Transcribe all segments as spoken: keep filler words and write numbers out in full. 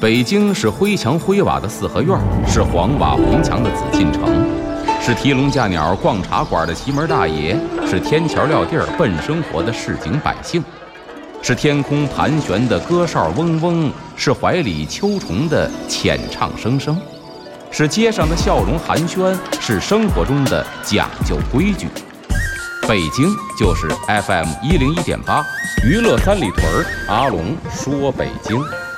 北京是灰墙灰瓦的四合院，是黄瓦红墙的紫禁城，是提笼架鸟逛茶馆的奇门大爷，是天桥撂地儿奔生活的市井百姓，是天空盘旋的歌哨嗡嗡，是怀里秋虫的浅唱声声，是街上的笑容寒暄，是生活中的讲究规矩。北京就是 F M 一零一点八，娱乐三里屯，阿龙说北京。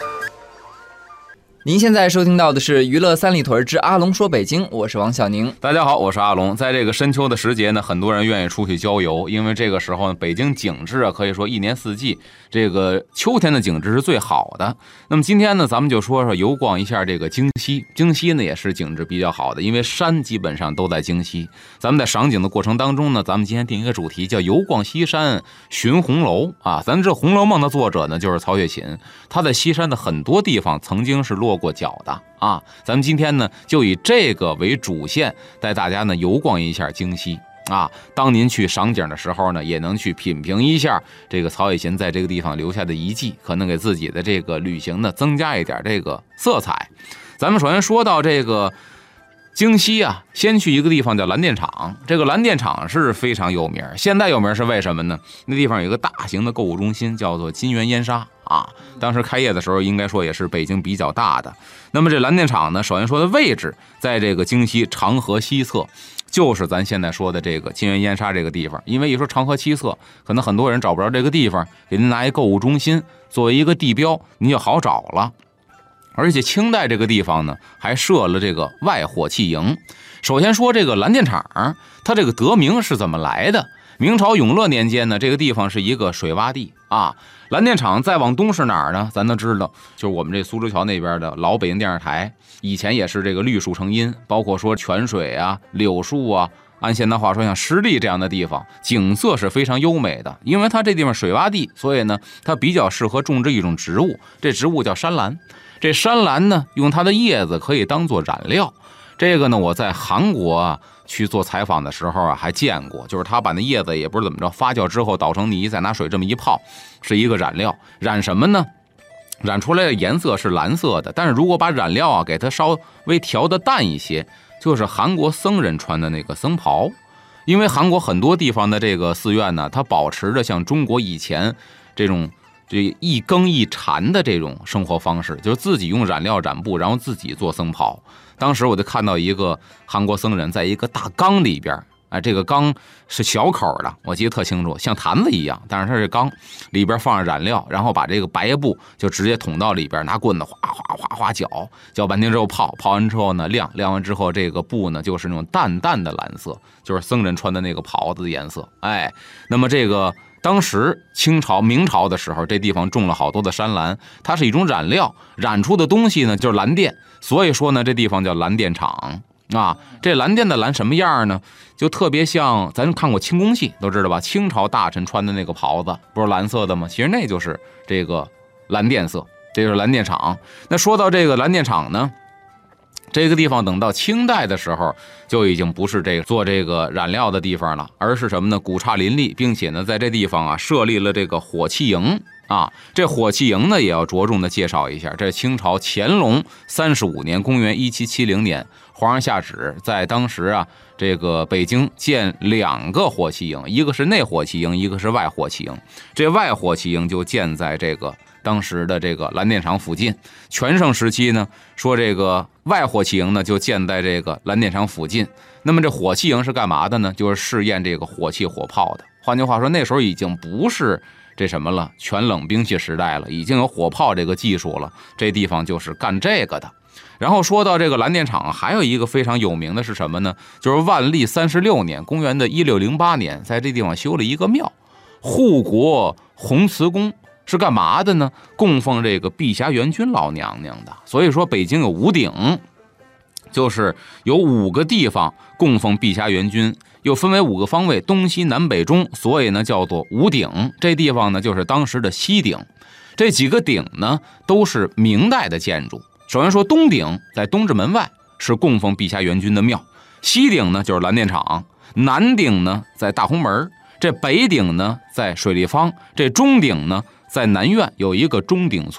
您现在收听到的是娱乐三里屯之阿龙说北京，我是王小宁。 大家好，我是阿龙。在这个深秋的时节呢，很多人愿意出去郊游，因为这个时候呢，北京景致啊，可以说一年四季，这个秋天的景致是最好的。那么今天呢，咱们就说说游逛一下这个京西。京西呢也是景致比较好的，因为山基本上都在京西。咱们在赏景的过程当中呢，咱们今天定一个主题叫游逛西山寻红楼啊。咱这《红楼梦》的作者呢就是曹雪芹，他在西山的很多地方曾经是落过脚的啊。咱们今天呢就以这个为主线，带大家呢游逛一下京西啊。当您去赏景的时候呢，也能去品评一下这个曹雪芹在这个地方留下的遗迹，可能给自己的这个旅行呢增加一点这个色彩。咱们首先说到这个京西啊，先去一个地方叫蓝靛厂。这个蓝靛厂是非常有名，现在有名是为什么呢？那地方有一个大型的购物中心，叫做金源烟纱啊。当时开业的时候，应该说也是北京比较大的。那么这蓝靛厂呢，首先说的位置在这个京西长河西侧，就是咱现在说的这个金源烟纱这个地方。因为一说长河西侧，可能很多人找不着这个地方，给您拿一购物中心作为一个地标，您就好找了。而且清代这个地方呢，还设了这个外火器营。首先说这个蓝靛厂，它这个得名是怎么来的？明朝永乐年间呢，这个地方是一个水洼地啊。蓝靛厂再往东是哪儿呢？咱都知道，就是我们这苏州桥那边的老北京电视台，以前也是这个绿树成荫，包括说泉水啊、柳树啊，按现代话说像湿地这样的地方，景色是非常优美的。因为它这地方水洼地，所以呢，它比较适合种植一种植物，这植物叫山兰。这山兰呢，用它的叶子可以当做染料。这个呢，我在韩国啊去做采访的时候啊，还见过，就是他把那叶子也不是怎么着，发酵之后捣成泥，再拿水这么一泡，是一个染料。染什么呢？染出来的颜色是蓝色的，但是如果把染料啊给它稍微调的淡一些，就是韩国僧人穿的那个僧袍。因为韩国很多地方的这个寺院呢，它保持着像中国以前这种这一更一禅的这种生活方式，就是自己用染料染布，然后自己做僧袍。当时我就看到一个韩国僧人在一个大缸里边，哎，这个缸是小口的，我记得特清楚，像坛子一样，但是它是缸里边放上染料，然后把这个白布就直接捅到里边，拿棍子哗哗哗哗搅，搅半天之后泡，泡完之后呢晾，晾完之后这个布呢就是那种淡淡的蓝色，就是僧人穿的那个袍子的颜色。哎，那么这个当时清朝明朝的时候，这地方种了好多的山兰，它是一种染料，染出的东西呢就是蓝靛，所以说呢这地方叫蓝靛厂啊。这蓝靛的蓝什么样呢？就特别像咱看过清宫戏都知道吧，清朝大臣穿的那个袍子不是蓝色的吗？其实那就是这个蓝靛色，这就是蓝靛厂。那说到这个蓝靛厂呢，这个地方等到清代的时候就已经不是这个做这个染料的地方了，而是什么呢？古刹林立，并且呢在这地方啊设立了这个火器营啊。这火器营呢也要着重的介绍一下，这是清朝乾隆三十五年，公元一七七零年，皇上下旨在当时啊这个北京建两个火器营，一个是内火器营，一个是外火器营。这外火器营就建在这个当时的这个蓝靛厂附近。全盛时期呢，说这个外火器营呢就建在这个蓝靛厂附近。那么这火器营是干嘛的呢？就是试验这个火器火炮的。换句话说，那时候已经不是这什么了，全冷兵器时代了，已经有火炮这个技术了。这地方就是干这个的。然后说到这个蓝靛厂，还有一个非常有名的是什么呢？就是万历三十六年，公元的一六零八年，在这地方修了一个庙，护国弘慈宫。是干嘛的呢？供奉这个碧霞元君老娘娘的。所以说北京有五鼎，就是有五个地方供奉碧霞元君，又分为五个方位，东西南北中，所以呢叫做五鼎。这地方呢就是当时的西鼎。这几个鼎呢都是明代的建筑。首先说东鼎在东直门外，是供奉碧霞元君的庙。西鼎呢就是蓝靛厂，南鼎呢在大红门，这北鼎呢在水立方，这中鼎呢在南苑有一个钟鼎村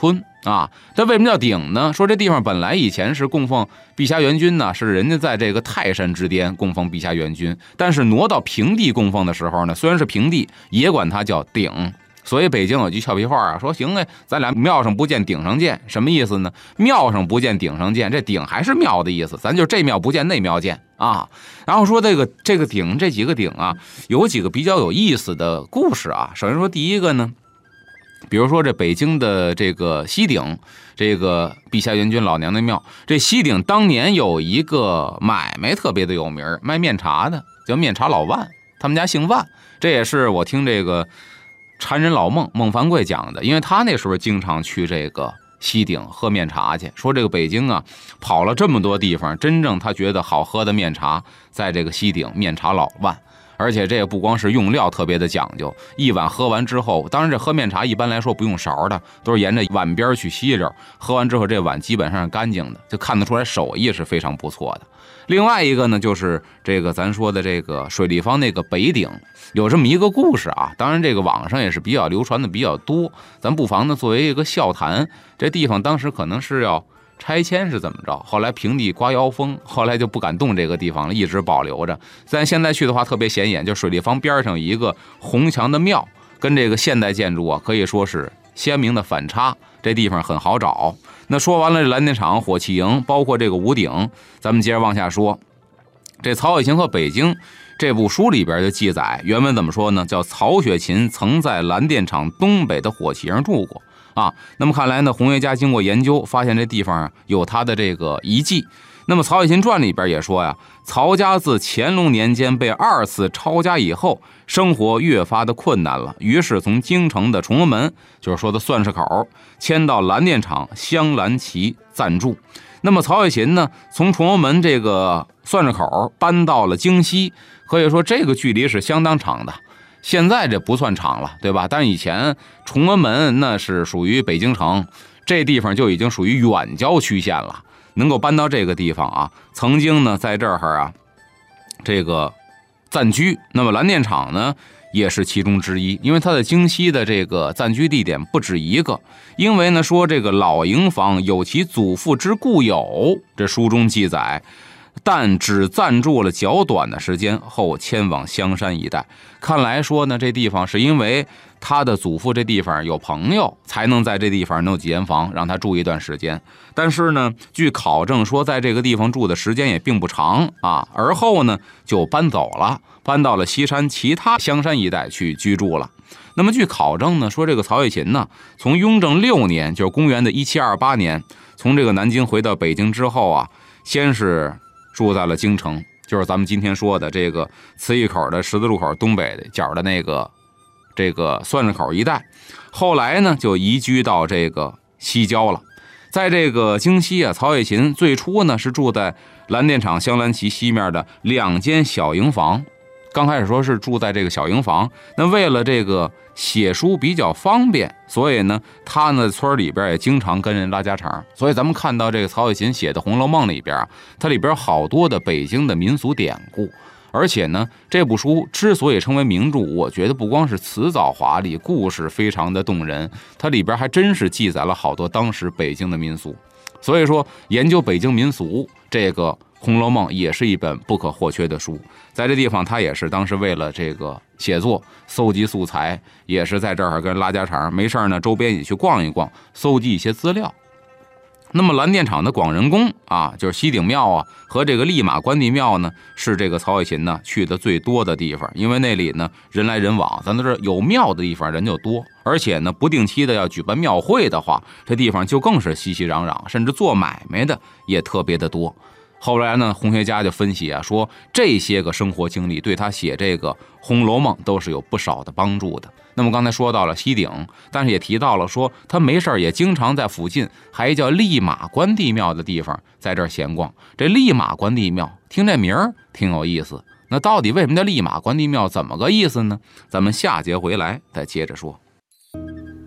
啊。但为什么叫鼎呢？说这地方本来以前是供奉碧霞元君呢，是人家在这个泰山之巅供奉碧霞元君，但是挪到平地供奉的时候呢，虽然是平地，也管它叫鼎。所以北京有句俏皮话啊，说行嘞，咱俩庙上不见顶上见，什么意思呢？庙上不见顶上见，这顶还是庙的意思，咱就这庙不见那庙见啊。然后说这个这个鼎，这几个鼎啊，有几个比较有意思的故事啊。首先说第一个呢，比如说这北京的这个西鼎，这个碧霞元君老娘的庙，这西鼎当年有一个买卖特别的有名，卖面茶的，叫面茶老万，他们家姓万，这也是我听这个禅人老孟孟凡贵讲的，因为他那时候经常去这个西鼎喝面茶去，说这个北京啊跑了这么多地方，真正他觉得好喝的面茶在这个西鼎面茶老万。而且这也不光是用料特别的讲究，一碗喝完之后，当然这喝面茶一般来说不用勺的，都是沿着碗边去吸着，喝完之后这碗基本上是干净的，就看得出来手艺是非常不错的。另外一个呢，就是这个咱说的这个水立方那个北鼎，有这么一个故事啊，当然这个网上也是比较流传的比较多，咱不妨呢作为一个笑谈。这地方当时可能是要拆迁是怎么着，后来平地刮妖风，后来就不敢动这个地方了，一直保留着。咱现在去的话特别显眼，就水立方边上有一个红墙的庙，跟这个现代建筑啊可以说是鲜明的反差，这地方很好找。那说完了这蓝电厂、火器营，包括这个五鼎，咱们接着往下说。这曹雪芹和北京这部书里边就记载，原文怎么说呢？叫曹雪芹曾在蓝电厂东北的火器营住过啊。那么看来呢，红学家经过研究，发现这地方有他的这个遗迹。那么曹雪芹传里边也说呀，曹家自乾隆年间被二次抄家以后，生活越发的困难了，于是从京城的崇文门，就是说的算式口，迁到蓝电厂香兰旗暂住。那么曹雪芹呢，从崇文门这个算式口搬到了京西，可以说这个距离是相当长的。现在这不算长了，对吧？但是以前崇文门那是属于北京城，这地方就已经属于远郊区县了。能够搬到这个地方啊，曾经呢在这儿啊，这个暂居。那么蓝电厂呢也是其中之一，因为它的京西的这个暂居地点不止一个。因为呢说这个老营房有其祖父之故有，这书中记载，但只暂住了较短的时间后迁往香山一带。看来说呢，这地方是因为他的祖父这地方有朋友，才能在这地方弄几间房让他住一段时间。但是呢，据考证说，在这个地方住的时间也并不长啊，而后呢就搬走了，搬到了西山其他香山一带去居住了。那么据考证呢，说这个曹雪芹呢，从雍正六年，就是公元的一七二八年，从这个南京回到北京之后啊，先是住在了京城，就是咱们今天说的这个慈义口的十字路口东北角的那个这个算式口一带，后来呢就移居到这个西郊了。在这个京西啊，曹雪芹最初呢是住在蓝电厂香兰旗西面的两间小营房。刚开始说是住在这个小营房，那为了这个写书比较方便，所以呢他呢村里边也经常跟人拉家常。所以咱们看到这个曹雪芹写的《红楼梦》里边，它里边好多的北京的民俗典故。而且呢，这部书之所以称为名著，我觉得不光是词藻华丽，故事非常的动人，它里边还真是记载了好多当时北京的民俗。所以说，研究北京民俗，这个《红楼梦》也是一本不可或缺的书。在这地方，他也是当时为了这个写作搜集素材，也是在这儿跟人拉家常，没事呢，周边也去逛一逛，搜集一些资料。那么蓝电厂的广仁宫啊，就是西顶庙啊，和这个立马关帝庙呢，是这个曹雪芹呢去的最多的地方，因为那里呢人来人往，咱都知道有庙的地方人就多，而且呢不定期的要举办庙会的话，这地方就更是熙熙攘攘，甚至做买卖的也特别的多。后来呢，红学家就分析啊，说这些个生活经历对他写这个《红楼梦》都是有不少的帮助的。那么刚才说到了西顶，但是也提到了说他没事也经常在附近还叫立马关帝庙的地方在这儿闲逛。这立马关帝庙听这名儿挺有意思，那到底为什么叫立马关帝庙，怎么个意思呢？咱们下节回来再接着说。《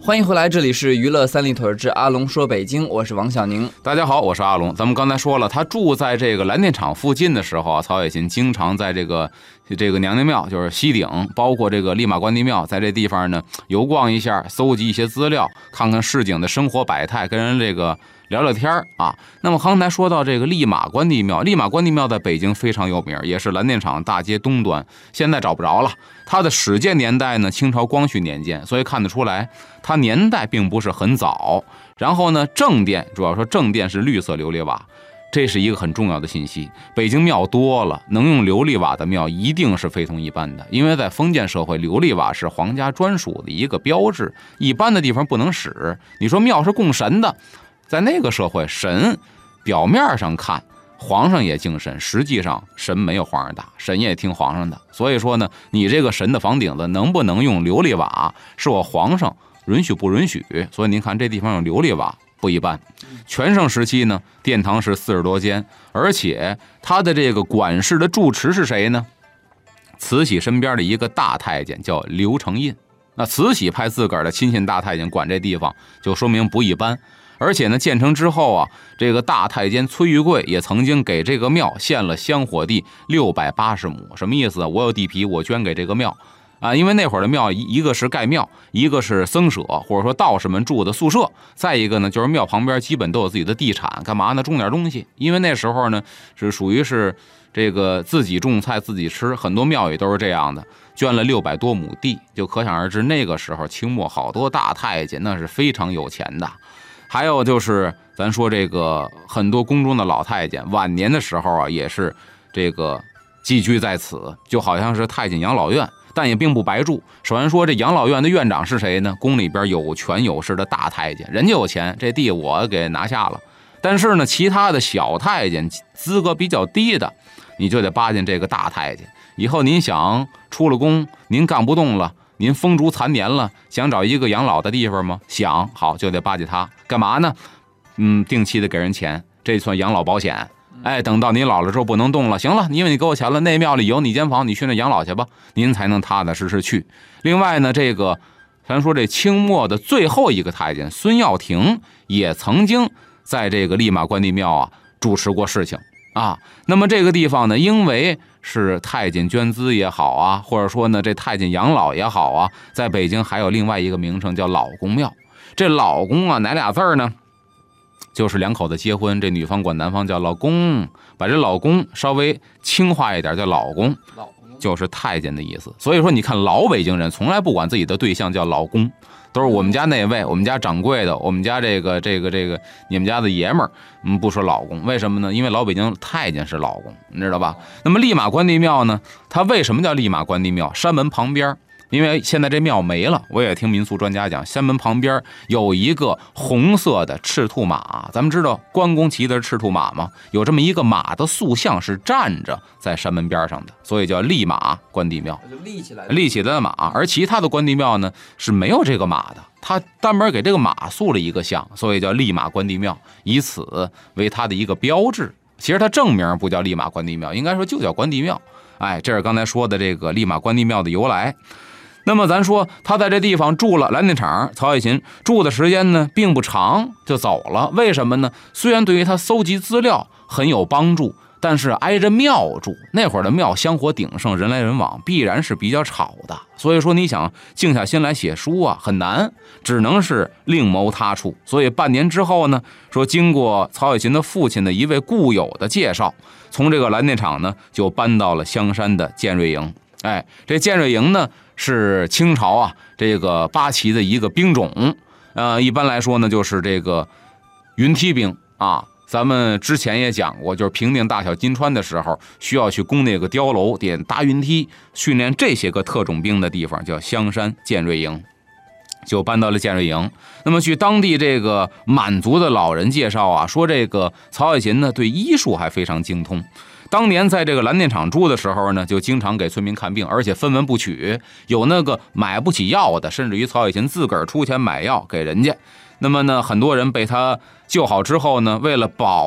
欢迎回来，这里是娱乐三里屯之阿龙说北京，我是王小宁。 大家好，我是阿龙。咱们刚才说了，他住在这个蓝电厂附近的时候啊，曹雪芹经常在这个这个娘娘庙，就是西顶，包括这个立马关帝庙，在这地方呢游逛一下，搜集一些资料，看看市井的生活百态，跟人这个聊聊天啊。那么刚才说到这个立马关帝庙，立马关帝庙在北京非常有名，也是蓝电厂大街东端，现在找不着了。它的始建年代呢，清朝光绪年间，所以看得出来，它年代并不是很早。然后呢，正殿主要说正殿是绿色琉璃瓦，这是一个很重要的信息。北京庙多了，能用琉璃瓦的庙一定是非同一般的，因为在封建社会，琉璃瓦是皇家专属的一个标志，一般的地方不能使。你说庙是供神的，在那个社会，神表面上看皇上也敬神，实际上神没有皇上大，神也听皇上的。所以说呢，你这个神的房顶子能不能用琉璃瓦，是我皇上允许不允许。所以您看这地方用琉璃瓦不一般。全盛时期呢，殿堂是四十多间，而且他的这个管事的住持是谁呢？慈禧身边的一个大太监叫刘承胤。那慈禧派自个儿的亲信大太监管这地方，就说明不一般。而且呢，建成之后啊，这个大太监崔玉贵也曾经给这个庙献了香火地六百八十亩。什么意思？我有地皮，我捐给这个庙啊。因为那会儿的庙，一个是盖庙，一个是僧舍或者说道士们住的宿舍，再一个呢，就是庙旁边基本都有自己的地产，干嘛呢？种点东西。因为那时候呢，是属于是这个自己种菜自己吃，很多庙宇都是这样的。捐了六百多亩地，就可想而知，那个时候清末好多大太监那是非常有钱的。还有就是咱说这个很多宫中的老太监晚年的时候啊，也是这个寄居在此，就好像是太监养老院，但也并不白住。首先说这养老院的院长是谁呢？宫里边有权有势的大太监，人家有钱，这地我给拿下了。但是呢，其他的小太监资格比较低的，你就得巴进这个大太监。以后您想出了宫，您干不动了，您风烛残年了，想找一个养老的地方吗？想，好，就得巴结他。干嘛呢？嗯，定期的给人钱，这算养老保险。哎，等到您老了之后不能动了，行了，因为你给我钱了，那庙里有你间房，你去那养老去吧，您才能踏踏实实去。另外呢，这个咱说这清末的最后一个太监孙耀庭也曾经在这个立马关帝庙啊主持过事情啊。那么这个地方呢，因为是太监捐资也好啊，或者说呢这太监养老也好啊，在北京还有另外一个名称叫老公庙。这老公啊哪俩字呢？就是两口子结婚，这女方管男方叫老公，把这老公稍微轻化一点叫老公，就是太监的意思。所以说你看老北京人从来不管自己的对象叫老公，都是我们家那位，我们家掌柜的，我们家这个这个这个你们家的爷们儿，嗯，不说老公。为什么呢？因为老北京太监是老公，你知道吧？那么立马关帝庙呢，它为什么叫立马关帝庙？山门旁边，因为现在这庙没了，我也听民俗专家讲，山门旁边有一个红色的赤兔马。咱们知道关公骑的是赤兔马吗？有这么一个马的塑像是站着在山门边上的，所以叫立马关帝庙， 立起来立起来的马。而其他的关帝庙呢是没有这个马的，他单门给这个马塑了一个像，所以叫立马关帝庙，以此为它的一个标志。其实它正名不叫立马关帝庙，应该说就叫关帝庙。哎，这是刚才说的这个立马关帝庙的由来。那么咱说他在这地方住了蓝电厂，曹雪芹住的时间呢并不长就走了。为什么呢？虽然对于他搜集资料很有帮助，但是挨着庙住，那会儿的庙香火鼎盛，人来人往，必然是比较吵的。所以说你想静下心来写书啊很难，只能是另谋他处。所以半年之后呢，说经过曹雪芹的父亲的一位故友的介绍，从这个蓝电厂呢就搬到了香山的建瑞营。哎，这建瑞营呢是清朝啊这个八旗的一个兵种，呃，一般来说呢就是这个云梯兵啊。咱们之前也讲过，就是平定大小金川的时候，需要去攻那个碉楼，得搭云梯，训练这些个特种兵的地方叫香山建瑞营，就搬到了建瑞营。那么据当地这个满族的老人介绍啊，说这个曹雪芹呢对医术还非常精通。当年在这个蓝电厂住的时候呢，就经常给村民看病，而且分文不取，有那个买不起药的，甚至于曹雪芹自个儿出钱买药给人家。那么呢，很多人被他救好之后呢，为了保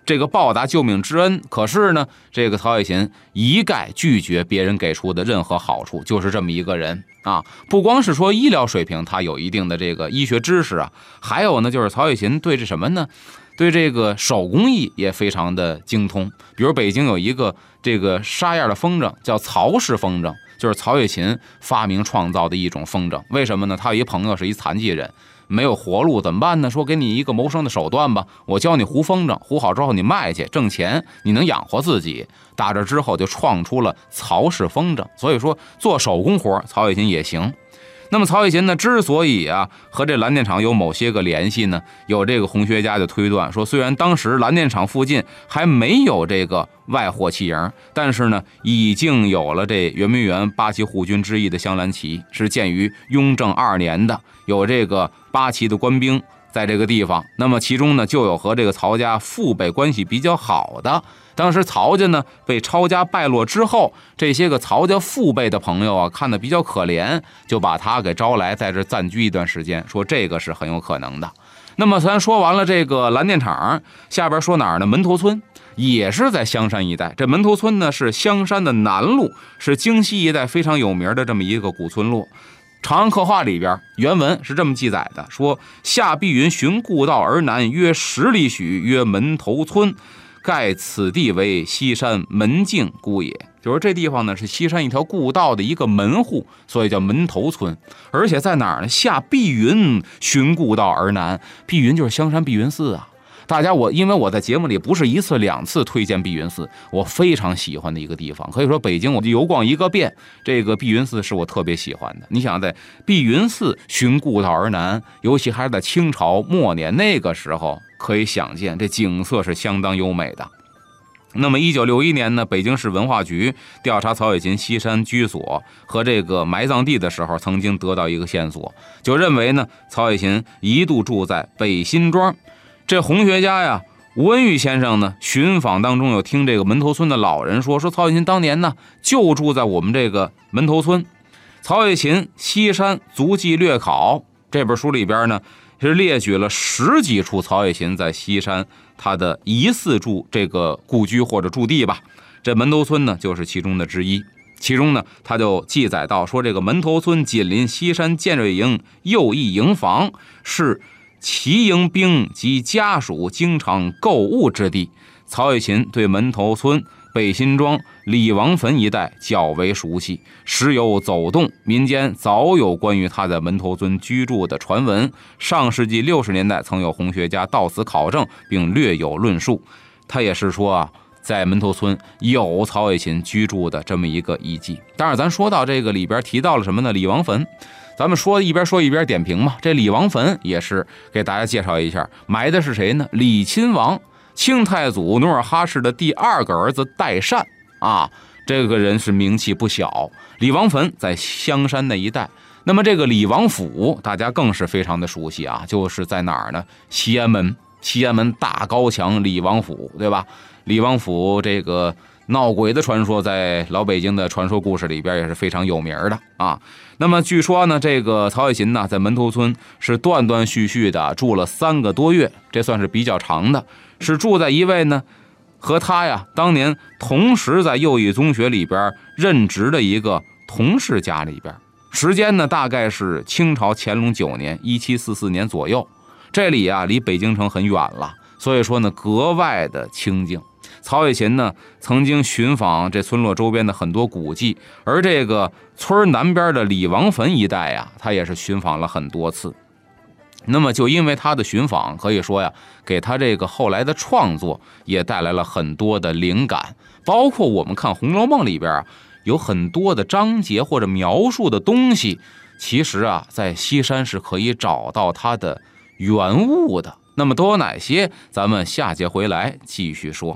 这个报答救命之恩。可是呢，这个曹雪芹一概拒绝别人给出的任何好处，就是这么一个人啊。不光是说医疗水平，他有一定的这个医学知识啊，还有呢，就是曹雪芹对这什么呢？对这个手工艺也非常的精通。比如北京有一个这个沙样的风筝，叫曹氏风筝，就是曹雪芹发明创造的一种风筝。为什么呢？他有一朋友是一残疾人，没有活路怎么办呢？说给你一个谋生的手段吧，我教你糊风筝，糊好之后你卖去挣钱，你能养活自己。打这之后就创出了曹氏风筝。所以说做手工活曹雪芹也行。那么曹雪芹呢，之所以啊和这蓝靛厂有某些个联系呢，有这个红学家就推断说，虽然当时蓝靛厂附近还没有这个外火器营，但是呢已经有了这圆明园八旗护军之一的镶蓝旗，是建于雍正二年的，有这个八旗的官兵在这个地方。那么其中呢就有和这个曹家父辈关系比较好的。当时曹家呢被抄家败落之后，这些个曹家父辈的朋友啊看得比较可怜，就把他给招来，在这暂居一段时间，说这个是很有可能的。那么咱说完了这个蓝靛厂，下边说哪儿呢？门头村也是在香山一带。这门头村呢是香山的南路，是京西一带非常有名的这么一个古村落。长安刻画里边原文是这么记载的，说下碧云寻故道而南约十里许，曰门头村，盖此地为西山门径故也。就是这地方呢是西山一条故道的一个门户，所以叫门头村。而且在哪儿呢？下碧云寻故道而南，碧云就是香山碧云寺啊。大家我因为我在节目里不是一次两次推荐碧云寺，我非常喜欢的一个地方，可以说北京我就游逛一个遍，这个碧云寺是我特别喜欢的。你想在碧云寺寻故道而南，尤其还是在清朝末年那个时候，可以想见这景色是相当优美的。那么一九六一年呢，北京市文化局调查曹雪芹西山居所和这个埋葬地的时候，曾经得到一个线索，就认为呢曹雪芹一度住在北新庄。这红学家呀吴文玉先生呢寻访当中有听这个门头村的老人说，说曹雪芹当年呢就住在我们这个门头村。曹雪芹西山足迹略考这本书里边呢是列举了十几处曹雪芹在西山他的疑似住这个故居或者驻地吧，这门头村呢就是其中的之一。其中呢他就记载到说，这个门头村紧邻西山建瑞营右翼营房，是骑营兵及家属经常购物之地。曹雪芹对门头村、北新庄、李王坟一带较为熟悉，时有走动，民间早有关于他在门头村居住的传闻。上世纪六十年代曾有红学家到此考证，并略有论述。他也是说啊，在门头村有曹雪芹居住的这么一个遗迹。当然咱说到这个里边提到了什么呢？李王坟，咱们说一边说一边点评嘛。这李王坟也是给大家介绍一下，埋的是谁呢？李亲王，清太祖努尔哈赤的第二个儿子代善啊，这个人是名气不小。李王坟在香山那一带。那么这个李王府大家更是非常的熟悉啊，就是在哪儿呢？西安门，西安门大高墙李王府，对吧？李王府这个闹鬼的传说在老北京的传说故事里边也是非常有名的啊。那么据说呢，这个曹雪芹呢在门头村是断断续续的住了三个多月，这算是比较长的，是住在一位呢和他呀当年同时在右翼宗学里边任职的一个同事家里边。时间呢大概是清朝乾隆九年一七四四年左右。这里啊离北京城很远了，所以说呢格外的清静。曹雪芹呢曾经寻访这村落周边的很多古迹，而这个村南边的李王坟一带呀，他也是寻访了很多次。那么就因为他的寻访，可以说呀给他这个后来的创作也带来了很多的灵感。包括我们看《红楼梦》里边啊有很多的章节或者描述的东西，其实啊在西山是可以找到它的原物的。那么都有哪些？咱们下节回来继续说。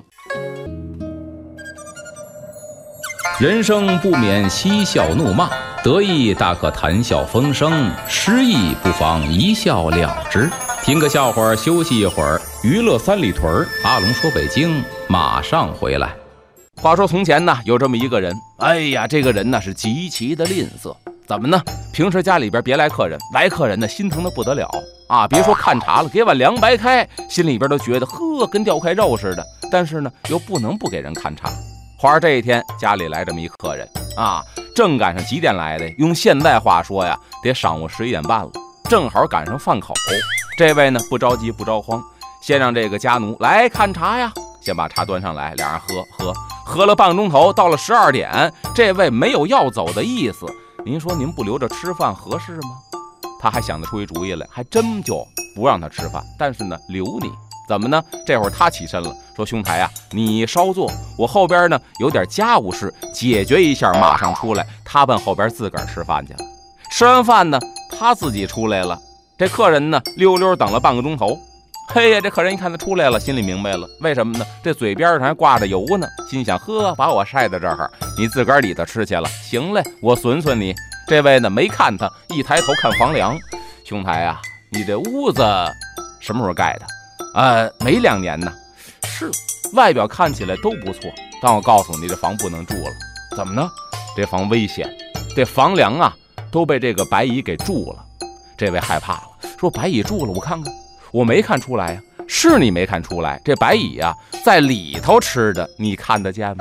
人生不免嬉笑怒骂，得意大可谈笑风生，失意不妨一笑了之。听个笑话休息一会儿，娱乐三里屯，阿龙说北京马上回来。 话说从前呢有这么一个人，哎呀这个人呢是极其的吝啬。怎么呢？平时家里边别来客人，来客人呢心疼的不得了啊！别说看茶了，给碗凉白开，心里边都觉得呵跟掉块肉似的。 但是呢又不能不给人看茶。话说这一天家里来这么一客人啊，正赶上几点来的，用现代话说呀，得晌午十一点半了，正好赶上饭口。这位呢不着急不着慌，先让这个家奴来看茶呀，先把茶端上来，俩人喝喝喝了半个钟头，到了十二点，这位没有要走的意思。您说您不留着吃饭合适吗？他还想得出一主意来，还真就不让他吃饭，但是呢留你。怎么呢？这会儿他起身了，说兄台啊，你稍坐，我后边呢有点家务事，解决一下马上出来。他奔后边自个儿吃饭去了。吃完饭呢他自己出来了，这客人呢溜溜等了半个钟头。嘿呀，这客人一看他出来了，心里明白了，为什么呢？这嘴边上还挂着油呢，心想呵，把我晒到这儿，你自个儿里头吃去了。行嘞，我损损你。这位呢没看他，一抬头看房梁，兄台啊，你这屋子什么时候盖的？呃，没两年呢。是，外表看起来都不错，但我告诉你，这房不能住了。怎么呢？这房危险，这房梁啊都被这个白蚁给蛀了。这位害怕了，说白蚁蛀了，我看看，我没看出来呀。是你没看出来，这白蚁啊在里头吃的，你看得见吗？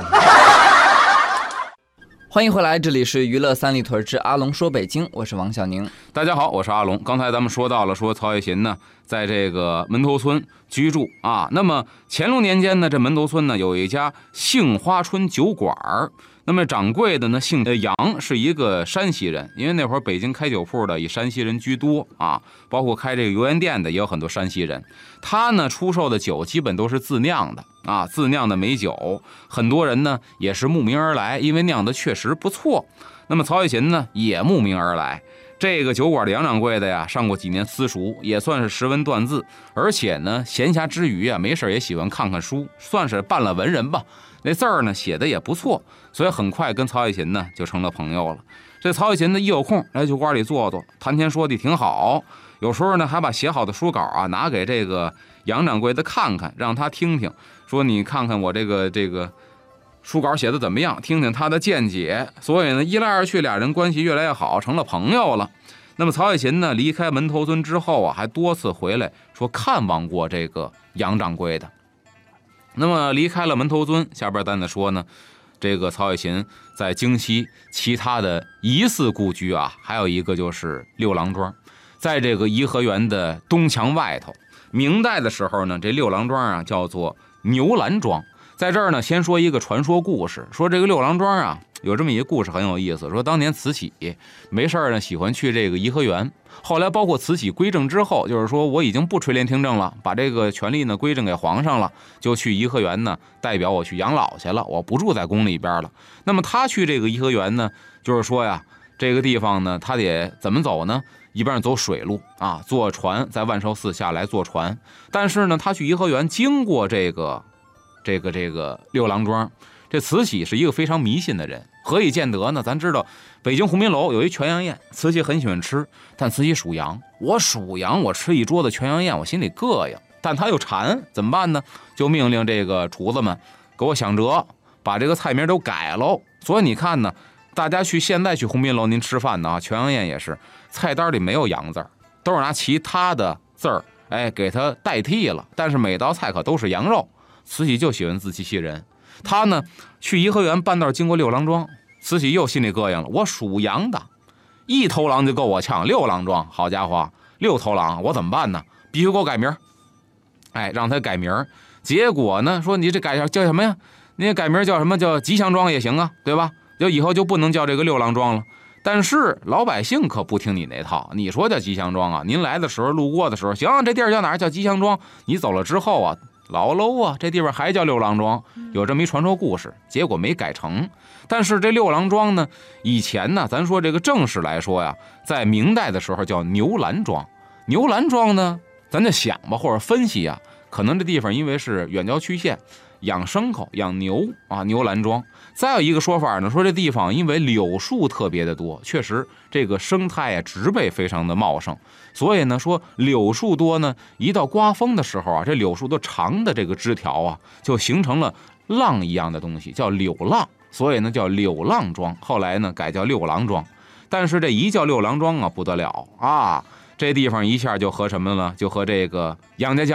欢迎回来，这里是娱乐三里屯之阿龙说北京，我是王小宁。 大家好，我是阿龙。刚才咱们说到了，说曹雪芹呢在这个门头村居住啊。那么乾隆年间呢，这门头村呢有一家杏花春酒馆，那么掌柜的呢姓杨，是一个山西人。因为那会儿北京开酒铺的以山西人居多啊，包括开这个油盐店的也有很多山西人。他呢出售的酒基本都是自酿的啊，自酿的美酒，很多人呢也是慕名而来，因为酿的确实不错。那么曹雪芹呢也慕名而来。这个酒馆的杨掌柜的呀，上过几年私塾，也算是识文断字，而且呢闲暇之余啊，没事也喜欢看看书，算是半了文人吧。那字儿呢写的也不错，所以很快跟曹雪芹呢就成了朋友了。这曹雪芹呢一有空来酒馆里坐坐，谈天说地挺好。有时候呢还把写好的书稿啊拿给这个杨掌柜的看看，让他听听，说你看看我这个这个书稿写的怎么样，听听他的见解。所以呢一来二去，俩人关系越来越好，成了朋友了。那么曹雪芹呢离开门头村之后啊，还多次回来说看望过这个杨掌柜的。那么离开了门头村，下边咱再说呢，这个曹雪芹在京西其他的疑似故居啊，还有一个就是六郎庄，在这个颐和园的东墙外头。明代的时候呢，这六郎庄啊叫做牛栏庄。在这儿呢，先说一个传说故事，说这个六郎庄啊有这么一个故事很有意思，说当年慈禧没事呢喜欢去这个颐和园，后来包括慈禧归政之后，就是说我已经不垂帘听政了，把这个权力呢归政给皇上了，就去颐和园呢代表我去养老去了，我不住在宫里边了。那么他去这个颐和园呢，就是说呀，这个地方呢他得怎么走呢？一边走水路啊，坐船在万寿寺下来坐船。但是呢他去颐和园经过这个这个这个六郎庄，这慈禧是一个非常迷信的人，何以见得呢？咱知道北京鸿宾楼有一全羊宴，慈禧很喜欢吃，但慈禧属羊，我属羊，我吃一桌子全羊宴我心里膈应，但他又馋，怎么办呢？就命令这个厨子们给我想辙，把这个菜名都改喽。所以你看呢，大家去现在去鸿宾楼您吃饭呢，全羊宴也是菜单里没有羊字儿，都是拿其他的字儿哎给它代替了，但是每道菜可都是羊肉。慈禧就喜欢自欺欺人，他呢去颐和园半道经过六郎庄，慈禧又心里膈应了，我属羊的，一头狼就够我呛，六郎庄好家伙，六头狼我怎么办呢？必须给我改名，哎，让他改名。结果呢说你这改叫什么呀？你改名叫什么？叫吉祥庄也行啊，对吧？就以后就不能叫这个六郎庄了。但是老百姓可不听你那套，你说叫吉祥庄啊，您来的时候路过的时候，行，这地儿叫哪儿？叫吉祥庄。你走了之后啊，老喽啊，这地方还叫六郎庄，有这么一传说故事，结果没改成。但是这六郎庄呢，以前呢，咱说这个正式来说呀，在明代的时候叫牛栏庄。牛栏庄呢，咱就想吧，或者分析啊，可能这地方因为是远郊区县，养牲口养牛啊，牛栏庄。再有一个说法呢，说这地方因为柳树特别的多，确实这个生态啊植被非常的茂盛，所以呢说柳树多呢，一到刮风的时候啊，这柳树的长的这个枝条啊，就形成了浪一样的东西，叫柳浪，所以呢叫柳浪庄，后来呢改叫六郎庄。但是这一叫六郎庄啊不得了啊，这地方一下就和什么了？就和这个杨家将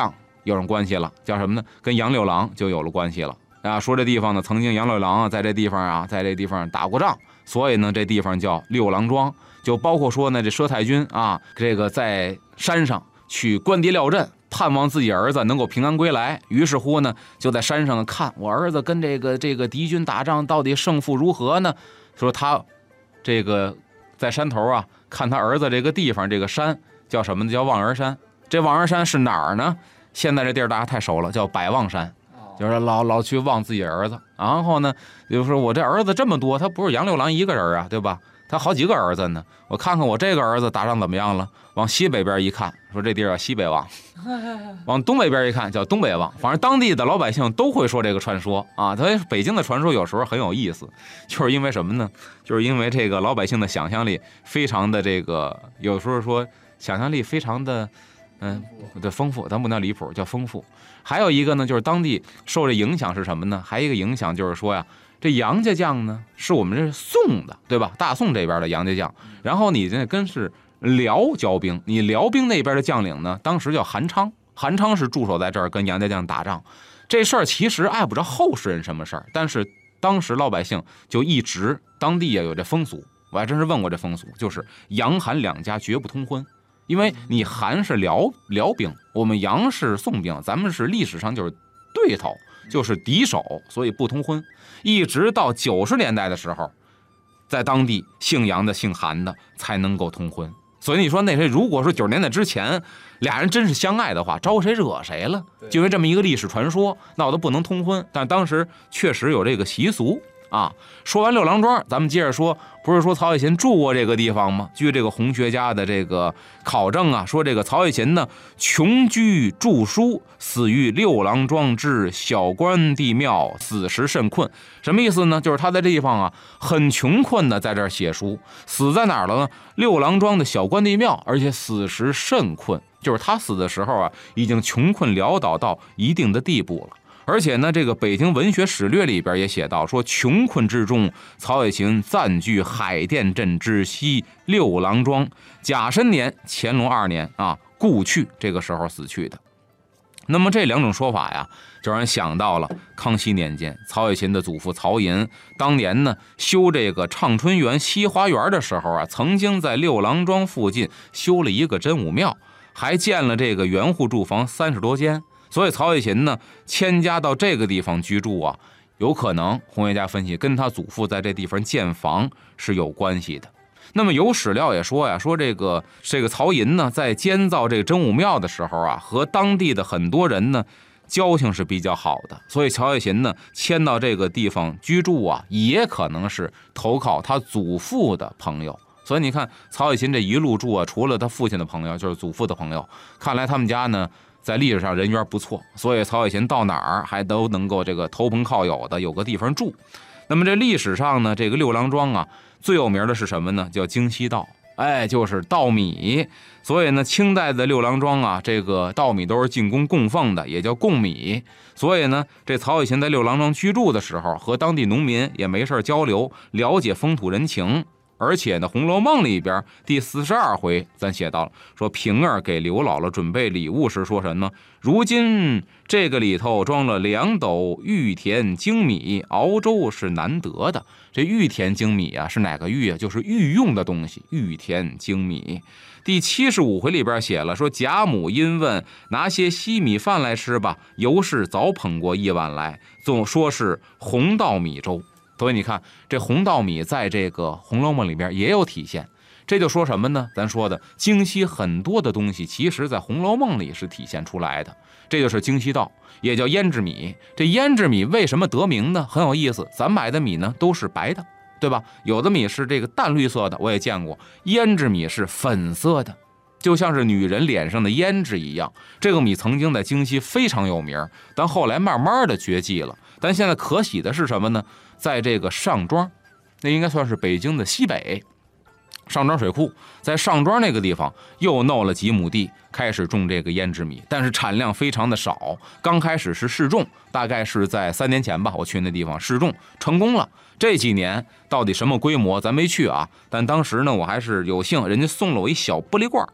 有上关系了，叫什么呢？跟杨六郎就有了关系了啊。说这地方呢，曾经杨六郎啊在这地方啊，在这地方打过仗，所以呢这地方叫六郎庄。就包括说呢，这佘太君啊，这个在山上去观敌料阵，盼望自己儿子能够平安归来。于是乎呢，就在山上看我儿子跟这个这个敌军打仗，到底胜负如何呢？说他这个在山头啊，看他儿子这个地方，这个山叫什么呢？叫望儿山。这望儿山是哪儿呢？现在这地儿大家太熟了，叫百望山。就是老老去望自己儿子，然后呢，就是说我这儿子这么多，他不是杨六郎一个人啊，对吧？他好几个儿子呢。我看看我这个儿子打仗怎么样了？往西北边一看，说这地儿叫西北望；往东北边一看，叫东北望。反正当地的老百姓都会说这个传说啊。他北京的传说有时候很有意思，就是因为什么呢？就是因为这个老百姓的想象力非常的这个，有时候说想象力非常的。嗯，对，丰富，咱不叫离谱，叫丰富。还有一个呢，就是当地受这影响是什么呢？还有一个影响就是说呀，这杨家将呢是我们这宋的，对吧？大宋这边的杨家将，然后你这跟是辽交兵，你辽兵那边的将领呢，当时叫韩昌，韩昌是驻守在这儿跟杨家将打仗。这事儿其实碍不着后世人什么事儿，但是当时老百姓就一直当地也有这风俗，我还真是问过这风俗，就是杨韩两家绝不通婚。因为你韩是辽辽兵，我们杨是宋兵，咱们是历史上就是对头，就是敌手，所以不通婚。一直到九十年代的时候，在当地姓杨的、姓韩的才能够通婚。所以你说那谁，如果说九十年代之前俩人真是相爱的话，招谁惹谁了？就因为这么一个历史传说，闹得不能通婚。但当时确实有这个习俗。啊，说完六郎庄，咱们接着说，不是说曹雪芹住过这个地方吗？据这个红学家的这个考证啊，说这个曹雪芹呢，穷居著书，死于六郎庄之小关帝庙，死时甚困。什么意思呢？就是他在这地方啊，很穷困的在这儿写书，死在哪儿了呢？六郎庄的小关帝庙，而且死时甚困，就是他死的时候啊，已经穷困潦倒到一定的地步了。而且呢，这个《北京文学史略》里边也写到，说穷困之中，曹雪芹暂居海淀镇之西六郎庄，甲申年乾隆二年啊，故去，这个时候死去的。那么这两种说法呀，就让人想到了康熙年间，曹雪芹的祖父曹寅当年呢修这个畅春园西花园的时候啊，曾经在六郎庄附近修了一个真武庙，还建了这个园户住房三十多间。所以曹雪芹呢迁家到这个地方居住啊，有可能红学家分析跟他祖父在这地方建房是有关系的。那么有史料也说呀，说这个这个曹寅呢在建造这个真武庙的时候啊，和当地的很多人呢交情是比较好的，所以曹雪芹呢迁到这个地方居住啊，也可能是投靠他祖父的朋友。所以你看曹雪芹这一路住啊，除了他父亲的朋友，就是祖父的朋友，看来他们家呢在历史上人缘不错，所以曹雪芹到哪儿还都能够这个投朋靠友的，有个地方住。那么这历史上呢，这个六郎庄啊，最有名的是什么呢？叫京西稻，哎，就是稻米。所以呢，清代的六郎庄啊，这个稻米都是进宫供奉的，也叫贡米。所以呢，这曹雪芹在六郎庄居住的时候，和当地农民也没事交流，了解风土人情。而且呢，《红楼梦》里边第四十二回，咱写到了说平儿给刘姥姥准备礼物时说什么？如今这个里头装了两斗玉田精米，熬粥是难得的。这玉田精米啊，是哪个玉啊？就是御用的东西，玉田精米。第七十五回里边写了说，贾母因问拿些稀米饭来吃吧，尤氏早捧过一碗来，总说是红稻米粥。所以你看，这红稻米在这个《红楼梦》里边也有体现。这就说什么呢？咱说的京西很多的东西，其实在《红楼梦》里是体现出来的。这就是京西稻，也叫胭脂米。这胭脂米为什么得名呢？很有意思。咱买的米呢都是白的，对吧？有的米是这个淡绿色的，我也见过。胭脂米是粉色的，就像是女人脸上的胭脂一样。这个米曾经在京西非常有名，但后来慢慢的绝迹了。但现在可喜的是什么呢？在这个上庄，那应该算是北京的西北，上庄水库，在上庄那个地方又弄了几亩地，开始种这个胭脂米，但是产量非常的少。刚开始是试种，大概是在三年前吧，我去那地方试种成功了。这几年到底什么规模咱没去啊，但当时呢我还是有幸，人家送了我一小玻璃罐，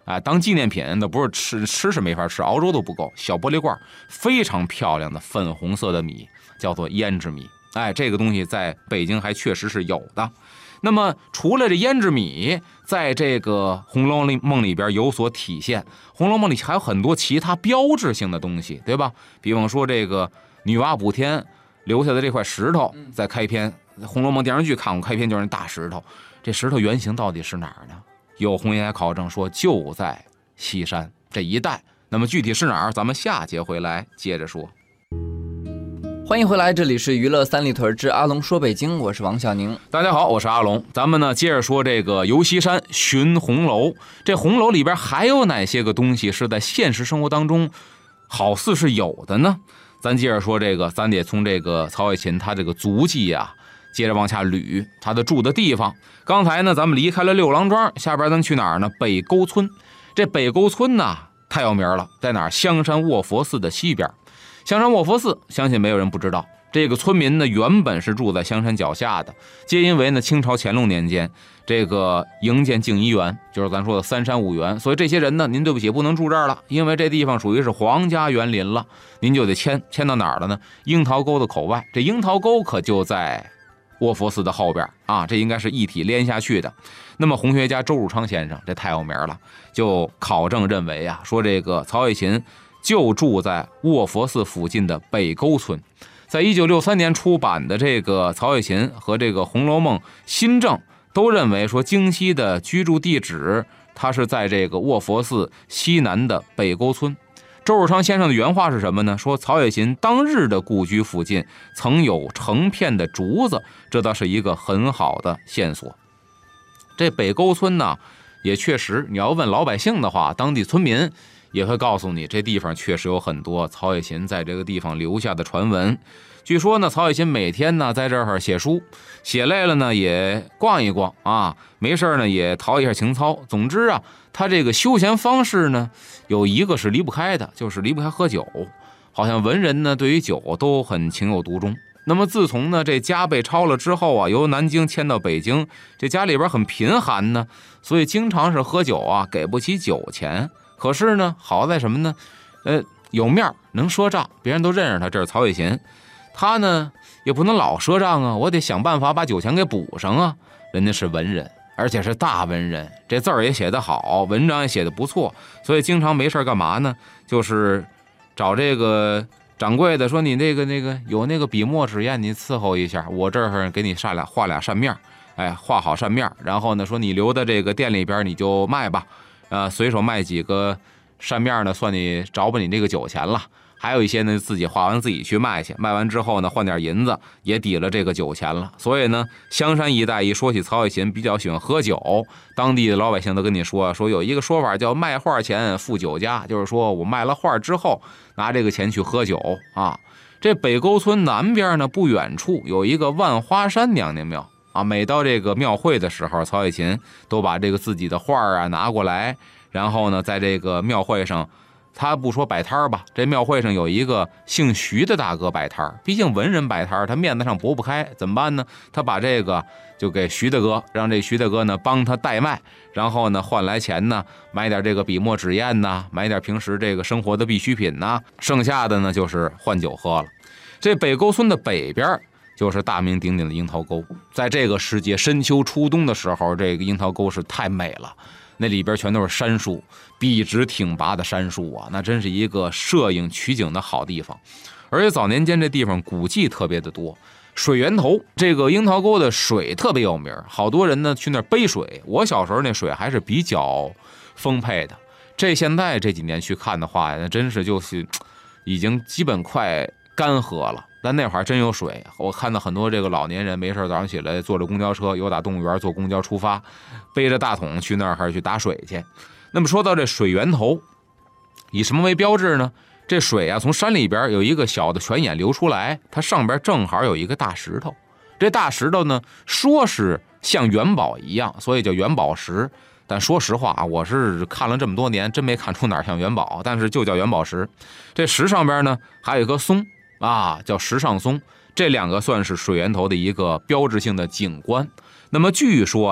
哎，当纪念品的不是吃吃是没法吃，熬粥都不够。小玻璃罐，非常漂亮的粉红色的米，叫做胭脂米。哎，这个东西在北京还确实是有的。那么除了这胭脂米在这个《红楼梦》里边有所体现，《红楼梦》里还有很多其他标志性的东西，对吧？比方说这个女娲补天留下的这块石头，在开篇《红楼梦》电视剧看过，开篇就是大石头。这石头原型到底是哪儿呢？有红岩考证说就在西山这一带。那么具体是哪儿，咱们下节回来接着说。 欢迎回来，这里是娱乐三里屯之阿龙说北京，我是王小宁。 大家好，我是阿龙。咱们呢接着说这个游西山寻红楼。这红楼里边还有哪些个东西是在现实生活当中好似是有的呢？咱接着说这个，咱得从这个曹雪芹他这个足迹啊接着往下捋他的住的地方。刚才呢咱们离开了六郎庄，下边咱去哪儿呢？北沟村。这北沟村呢太有名了，在哪儿？香山卧佛寺的西边。香山卧佛寺相信没有人不知道，这个村民呢原本是住在香山脚下的，皆因为呢清朝乾隆年间这个营建静怡园，就是咱说的三山五园，所以这些人呢您对不起不能住这儿了，因为这地方属于是皇家园林了，您就得迁迁到哪儿了呢？樱桃沟的口外。这樱桃沟可就在卧佛寺的后边啊，这应该是一体连下去的。那么红学家周汝昌先生这太有名了，就考证认为啊，说这个曹雪芹就住在卧佛寺附近的北沟村。在一九六三年出版的这个曹雪芹和这个《红楼梦》新政都认为说京西的居住地址它是在这个卧佛寺西南的北沟村。周汝昌先生的原话是什么呢？说曹雪芹当日的故居附近曾有成片的竹子，这倒是一个很好的线索。这北沟村呢也确实，你要问老百姓的话，当地村民也会告诉你，这地方确实有很多曹雪芹在这个地方留下的传闻。据说呢，曹雪芹每天呢在这儿写书，写累了呢也逛一逛啊，没事呢也陶一下情操。总之啊，他这个休闲方式呢有一个是离不开的，就是离不开喝酒。好像文人呢对于酒都很情有独钟。那么自从呢这家被抄了之后啊，由南京迁到北京，这家里边很贫寒呢，所以经常是喝酒啊，给不起酒钱。可是呢，好在什么呢？呃，有面能赊账，别人都认识他，这是曹雪芹。他呢也不能老赊账啊，我得想办法把酒钱给补上啊。人家是文人，而且是大文人，这字儿也写得好，文章也写得不错，所以经常没事干嘛呢？就是找这个掌柜的说，你那个那个有那个笔墨纸砚，你伺候一下，我这儿给你上俩画俩扇面，哎，画好扇面，然后呢说你留在这个店里边你就卖吧。呃，随手卖几个扇面呢，算你找吧你这个酒钱了。还有一些呢，自己画完自己去卖去，卖完之后呢，换点银子，也抵了这个酒钱了。所以呢，香山一带一说起曹雪芹，比较喜欢喝酒，当地的老百姓都跟你说，说有一个说法叫卖画钱付酒家，就是说我卖了画之后，拿这个钱去喝酒啊。这北沟村南边呢，不远处有一个万花山娘娘庙。啊，每到这个庙会的时候，曹雪芹都把这个自己的画啊拿过来，然后呢，在这个庙会上，他不说摆摊吧，这庙会上有一个姓徐的大哥摆摊，毕竟文人摆摊，他面子上驳不开，怎么办呢？他把这个就给徐大哥，让这徐大哥呢帮他代卖，然后呢换来钱呢，买点这个笔墨纸砚呐，买点平时这个生活的必需品呐，剩下的呢就是换酒喝了。这北沟村的北边就是大名鼎鼎的樱桃沟，在这个时节深秋初冬的时候，这个樱桃沟是太美了，那里边全都是杉树，笔直挺拔的杉树啊，那真是一个摄影取景的好地方。而且早年间这地方古迹特别的多，水源头这个樱桃沟的水特别有名，好多人呢去那儿背水，我小时候那水还是比较丰沛的，这现在这几年去看的话，那真是就是已经基本快干涸了。但那会儿真有水，我看到很多这个老年人没事早上起来坐着公交车，由打动物园坐公交出发，背着大桶去那儿还是去打水去。那么说到这水源头，以什么为标志呢？这水啊从山里边有一个小的泉眼流出来，它上边正好有一个大石头，这大石头呢说是像元宝一样，所以叫元宝石。但说实话，我是看了这么多年，真没看出哪儿像元宝，但是就叫元宝石。这石上边呢还有一棵松啊，叫石上松，这两个算是水源头的一个标志性的景观。那么据说呀，这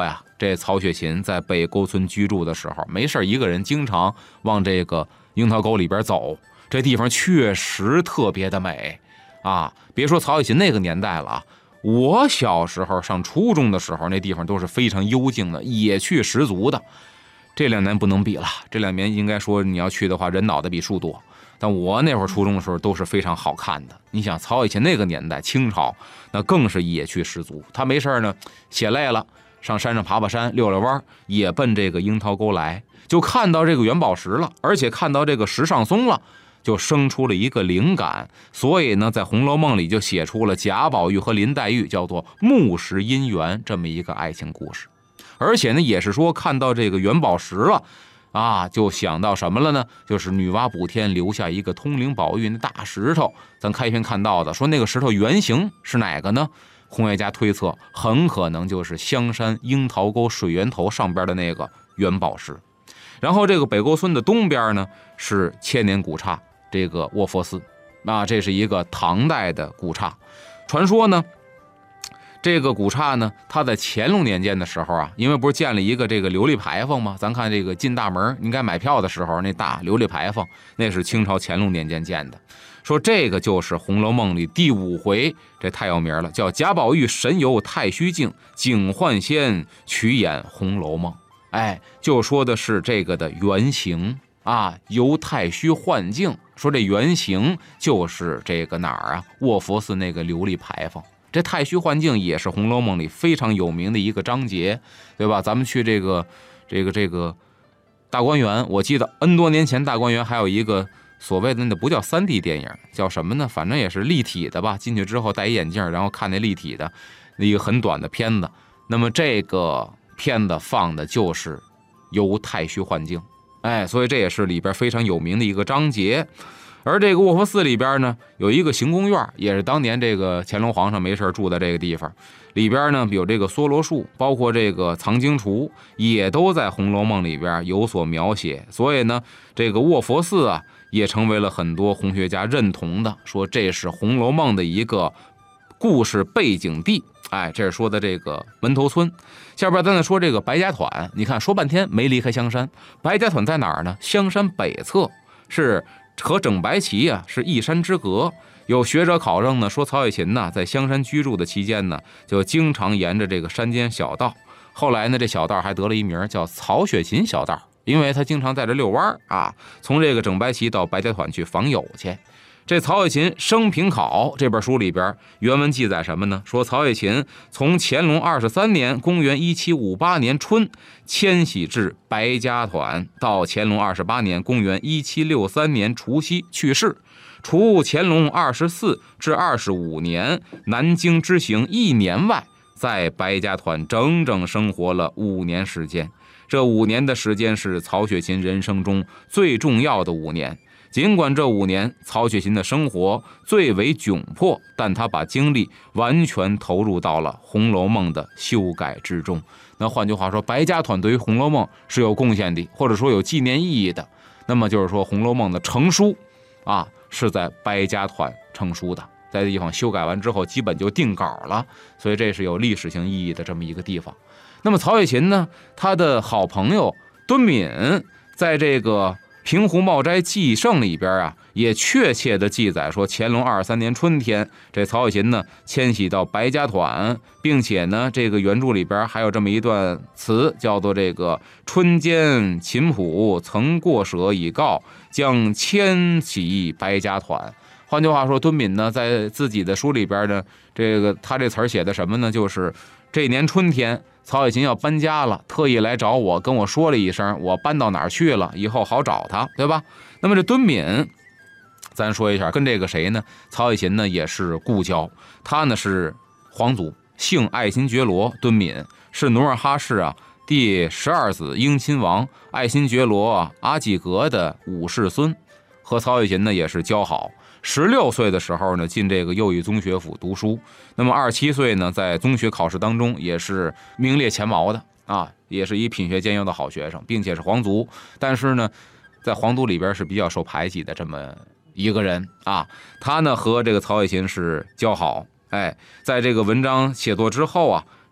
这曹雪芹在北沟村居住的时候，没事一个人经常往这个樱桃沟里边走，这地方确实特别的美啊！别说曹雪芹那个年代了啊，我小时候上初中的时候，那地方都是非常幽静的，野趣十足的。这两年不能比了，这两年应该说你要去的话，人脑袋比树多。但我那会儿初中的时候都是非常好看的。你想曹雪芹那个年代，清朝那更是野趣十足。他没事呢，写累了，上山上爬爬山，溜溜弯，也奔这个樱桃沟来，就看到这个元宝石了，而且看到这个石上松了，就生出了一个灵感。所以呢，在《红楼梦》里就写出了贾宝玉和林黛玉叫做木石姻缘这么一个爱情故事。而且呢，也是说看到这个元宝石了啊，就想到什么了呢？就是女娲补天留下一个通灵宝玉那大石头，咱开篇看到的，说那个石头原型是哪个呢？红学家推测很可能就是香山樱桃沟水源头上边的那个元宝石。然后这个北沟村的东边呢是千年古刹，这个卧佛寺啊，这是一个唐代的古刹。传说呢，这个古刹呢，它在乾隆年间的时候啊，因为不是建了一个这个琉璃牌坊吗？咱看这个进大门，应该买票的时候那大琉璃牌坊，那是清朝乾隆年间建的。说这个就是《红楼梦》里第五回，这太有名了，叫贾宝玉神游太虚境，警幻仙曲演《红楼梦》。哎，就说的是这个的原型啊，游太虚幻境。说这原型就是这个哪儿啊？卧佛寺那个琉璃牌坊。这太虚幻境也是《红楼梦》里非常有名的一个章节，对吧？咱们去这个这个这个大观园，我记得 N 多年前大观园还有一个所谓的那不叫 三 D 电影，叫什么呢？反正也是立体的吧。进去之后戴眼镜，然后看那立体的一个很短的片子。那么这个片子放的就是游太虚幻境，哎，所以这也是里边非常有名的一个章节。而这个卧佛寺里边呢，有一个行宫院，也是当年这个乾隆皇上没事住在这个地方。里边呢有这个梭罗树，包括这个藏经橱，也都在《红楼梦》里边有所描写。所以呢，这个卧佛寺啊，也成为了很多红学家认同的，说这是《红楼梦》的一个故事背景地。哎，这是说的这个门头村。下边咱再说这个白家团，你看说半天没离开香山。白家团在哪儿呢？香山北侧，是和整白旗啊是一山之隔。有学者考证呢，说曹雪芹呢在香山居住的期间呢，就经常沿着这个山间小道。后来呢，这小道还得了一名叫曹雪芹小道，因为他经常在这遛弯啊，从这个整白旗到白家团去访友去。这曹雪芹生平考这本书里边原文记载什么呢？说曹雪芹从乾隆二十三年公元一七五八年春迁徙至白家团，到乾隆二十八年公元一七六三年除夕去世。除乾隆二十四至二十五年南京之行一年外，在白家团整整生活了五年时间。这五年的时间是曹雪芹人生中最重要的五年。尽管这五年曹雪芹的生活最为窘迫，但他把精力完全投入到了《红楼梦》的修改之中。那换句话说，白家团对于《红楼梦》是有贡献的，或者说有纪念意义的。那么就是说，《红楼梦》的成书啊，是在白家团成书的，在这地方修改完之后，基本就定稿了，所以这是有历史性意义的这么一个地方。那么曹雪芹呢，他的好朋友敦敏在这个平湖茂斋记胜里边啊，也确切的记载说，乾隆二十三年春天，这曹雪芹呢迁徙到白家团，并且呢，这个原著里边还有这么一段词，叫做这个春间秦谱曾过舍以告，将迁徙白家团。换句话说，敦敏呢在自己的书里边呢，这个他这词儿写的什么呢？就是这年春天，曹雪芹要搬家了，特意来找我，跟我说了一声，我搬到哪儿去了，以后好找他，对吧？那么这敦敏，咱说一下，跟这个谁呢？曹雪芹呢也是故交，他呢是皇族，姓爱新觉罗，敦敏是努尔哈赤啊第十二子英亲王爱新觉罗阿济格的五世孙，和曹雪芹呢也是交好。十六岁的时候呢，进这个右翼宗学府读书。那么二十七岁呢，在宗学考试当中也是名列前茅的啊，也是一品学兼优的好学生，并且是皇族。但是呢，在皇族里边是比较受排挤的这么一个人啊。他呢和这个曹雪芹是交好，哎，在这个文章写作之后啊，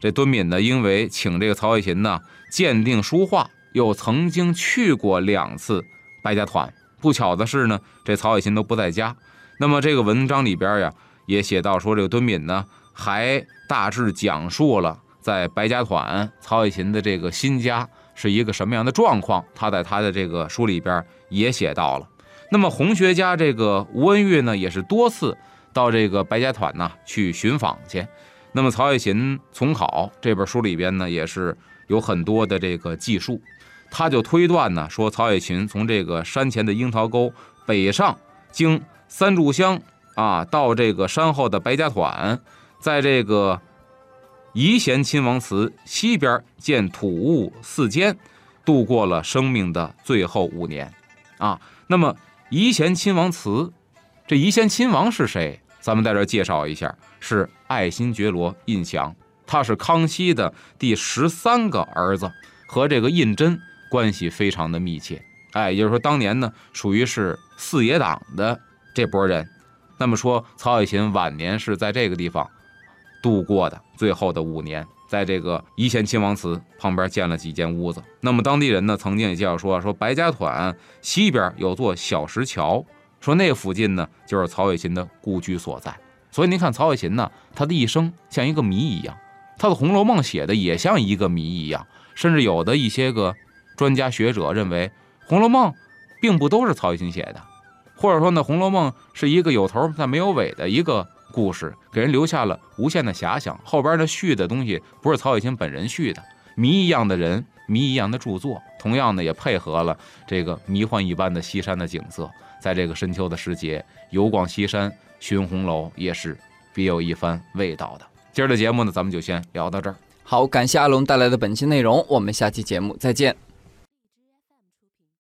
这敦敏呢，因为请这个曹雪芹呢鉴定书画，又曾经去过两次白家团。不巧的是呢，这曹雪芹都不在家。那么这个文章里边呀，也写到说，这个敦敏呢还大致讲述了在白家团曹雪芹的这个新家是一个什么样的状况，他在他的这个书里边也写到了。那么红学家这个吴文玉呢，也是多次到这个白家团呢去寻访去。那么曹雪芹从考这本书里边呢，也是有很多的这个记述，他就推断呢，说曹雪芹从这个山前的樱桃沟北上，经三炷香啊，到这个山后的白家团，在这个宜贤亲王祠西边见土物四间，度过了生命的最后五年啊。那么宜贤亲王祠，这宜贤亲王是谁？咱们在这儿介绍一下，是爱新觉罗胤祥，他是康熙的第十三个儿子，和这个胤禛关系非常的密切。哎，也就是说当年呢，属于是四野党的这波人。那么说曹雪芹晚年是在这个地方度过的最后的五年，在这个宜贤亲王祠旁边建了几间屋子。那么当地人呢，曾经也介绍说，说白家团西边有座小石桥，说那附近呢就是曹雪芹的故居所在。所以您看曹雪芹呢，他的一生像一个谜一样，他的《红楼梦》写的也像一个谜一样，甚至有的一些个专家学者认为，《红楼梦》并不都是曹雪芹写的，或者说呢，《红楼梦》是一个有头但没有尾的一个故事，给人留下了无限的遐想，后边的续的东西不是曹雪芹本人续的，谜一样的人，谜一样的著作，同样的也配合了这个迷幻一般的西山的景色。在这个深秋的时节，游逛西山寻红楼也是别有一番味道的。今儿的节目呢，咱们就先聊到这儿。 好，感谢阿龙带来的本期内容，我们下期节目再见。